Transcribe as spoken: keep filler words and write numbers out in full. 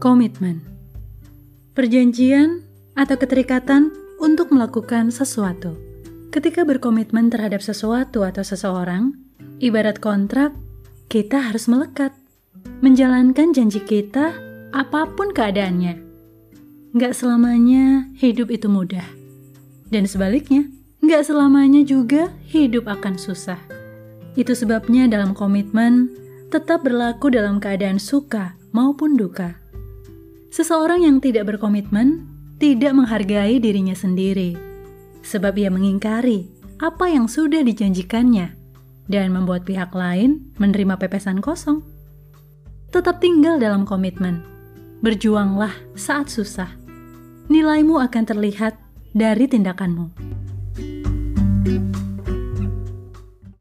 Komitmen. Perjanjian atau keterikatan untuk melakukan sesuatu. Ketika berkomitmen terhadap sesuatu atau seseorang, ibarat kontrak, kita harus melekat, menjalankan janji kita apapun keadaannya. Nggak selamanya hidup itu mudah. Dan sebaliknya, nggak selamanya juga hidup akan susah. Itu sebabnya dalam komitmen, tetap berlaku dalam keadaan suka maupun duka. Seseorang yang tidak berkomitmen tidak menghargai dirinya sendiri, sebab ia mengingkari apa yang sudah dijanjikannya dan membuat pihak lain menerima pepesan kosong. Tetap tinggal dalam komitmen, berjuanglah saat susah. Nilaimu akan terlihat dari tindakanmu.